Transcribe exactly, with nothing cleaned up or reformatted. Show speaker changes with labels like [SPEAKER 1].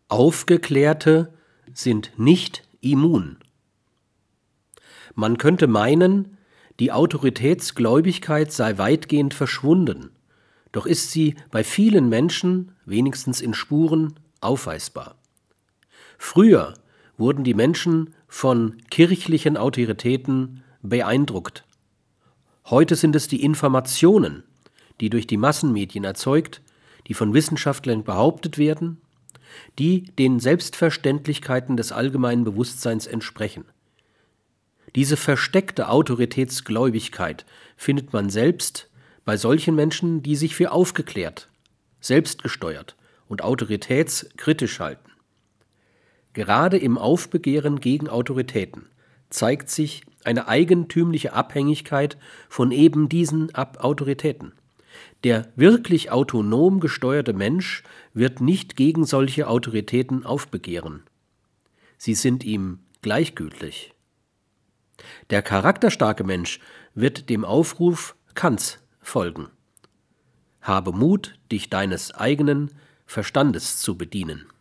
[SPEAKER 1] Aufgeklärte sind nicht immun. Man könnte meinen, die Autoritätsgläubigkeit sei weitgehend verschwunden, doch ist sie bei vielen Menschen, wenigstens in Spuren, aufweisbar. Früher wurden die Menschen von kirchlichen Autoritäten beeindruckt. Heute sind es die Informationen, die durch die Massenmedien erzeugt, die von Wissenschaftlern behauptet werden, die den Selbstverständlichkeiten des allgemeinen Bewusstseins entsprechen. Diese versteckte Autoritätsgläubigkeit findet man selbst bei solchen Menschen, die sich für aufgeklärt, selbstgesteuert und autoritätskritisch halten. Gerade im Aufbegehren gegen Autoritäten zeigt sich eine eigentümliche Abhängigkeit von eben diesen Autoritäten. Der wirklich autonom gesteuerte Mensch wird nicht gegen solche Autoritäten aufbegehren. Sie sind ihm gleichgültig. Der charakterstarke Mensch wird dem Aufruf Kants folgen: Habe Mut, dich deines eigenen Verstandes zu bedienen.